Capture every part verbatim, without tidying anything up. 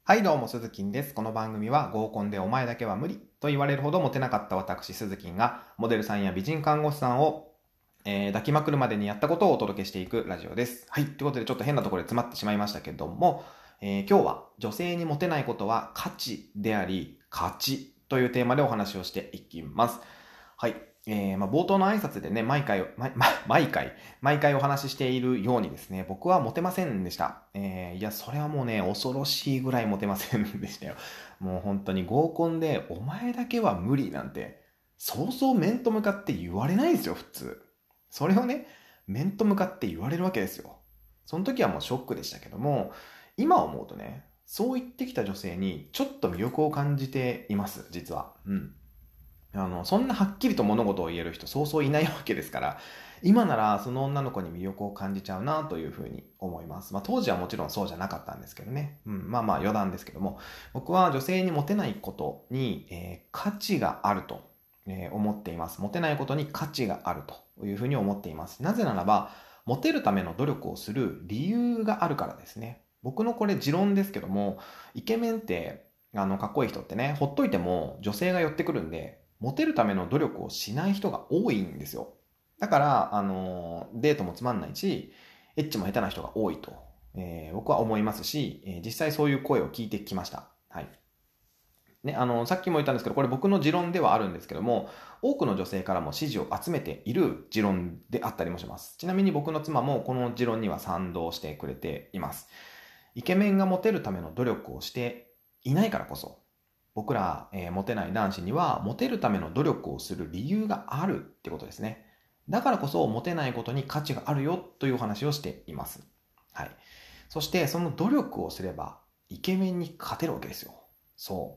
はいどうも、鈴木です。この番組は合コンでお前だけは無理と言われるほどモテなかった私、鈴木がモデルさんや美人看護師さんを、えー抱きまくるまでにやったことをお届けしていくラジオです。はい。ということでちょっと変なところで詰まってしまいましたけども、えー今日は女性にモテないことは価値であり、価値というテーマでお話をしていきます。はい。えー、まあ、冒頭の挨拶でね、毎回、毎毎回、毎回お話ししているようにですね、僕はモテませんでした。えー、いや、それはもうね、恐ろしいぐらいモテませんでしたよ。もう本当に合コンで、お前だけは無理なんて、そうそう面と向かって言われないですよ、普通。それをね、面と向かって言われるわけですよ。その時はもうショックでしたけども、今思うとね、そう言ってきた女性にちょっと魅力を感じています、実は。うん。あの、そんなはっきりと物事を言える人そうそういないわけですから、今ならその女の子に魅力を感じちゃうなというふうに思います。まあ当時はもちろんそうじゃなかったんですけどね。うん、まあまあ余談ですけども、僕は女性にモテないことに、えー価値があると、えー思っています。モテないことに価値があるというふうに思っています。なぜならば、モテるための努力をする理由があるからですね。僕のこれ持論ですけども、イケメンってあの、かっこいい人ってね、ほっといても女性が寄ってくるんで、モテるための努力をしない人が多いんですよ。だから、あの、デートもつまんないし、エッチも下手な人が多いと、えー僕は思いますし、えー実際そういう声を聞いてきました。はい。ね、あの、さっきも言ったんですけど、これ僕の持論ではあるんですけども、多くの女性からも支持を集めている持論であったりもします。ちなみに僕の妻もこの持論には賛同してくれています。イケメンがモテるための努力をしていないからこそ、僕ら、えーモテない男子には、モテるための努力をする理由があるってことですね。だからこそ、モテないことに価値があるよというお話をしています。はい。そして、その努力をすれば、イケメンに勝てるわけですよ。そう。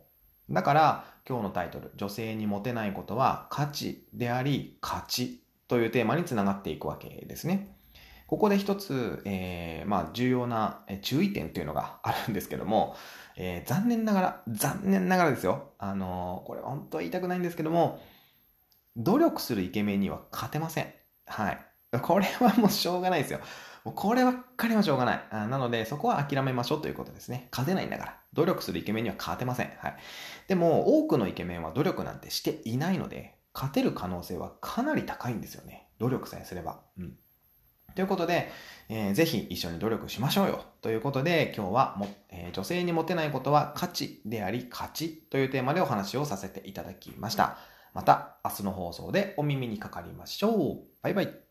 だから、今日のタイトル、女性にモテないことは価値であり、価値というテーマにつながっていくわけですね。ここで一つ、えーまあ、重要なえー注意点というのがあるんですけども、えー残念ながら、残念ながらですよ。あのーこれ本当は言いたくないんですけども、努力するイケメンには勝てません。はい。これはもうしょうがないですよ。もうこればっかりはしょうがない。あなので、そこは諦めましょうということですね。勝てないんだから。努力するイケメンには勝てません。はい。でも、多くのイケメンは努力なんてしていないので、勝てる可能性はかなり高いんですよね。努力さえすれば。うん。ということで、えーぜひ一緒に努力しましょうよ。ということで、今日はも、えー女性にモテないことは価値であり価値というテーマでお話をさせていただきました。また明日の放送でお耳にかかりましょう。バイバイ。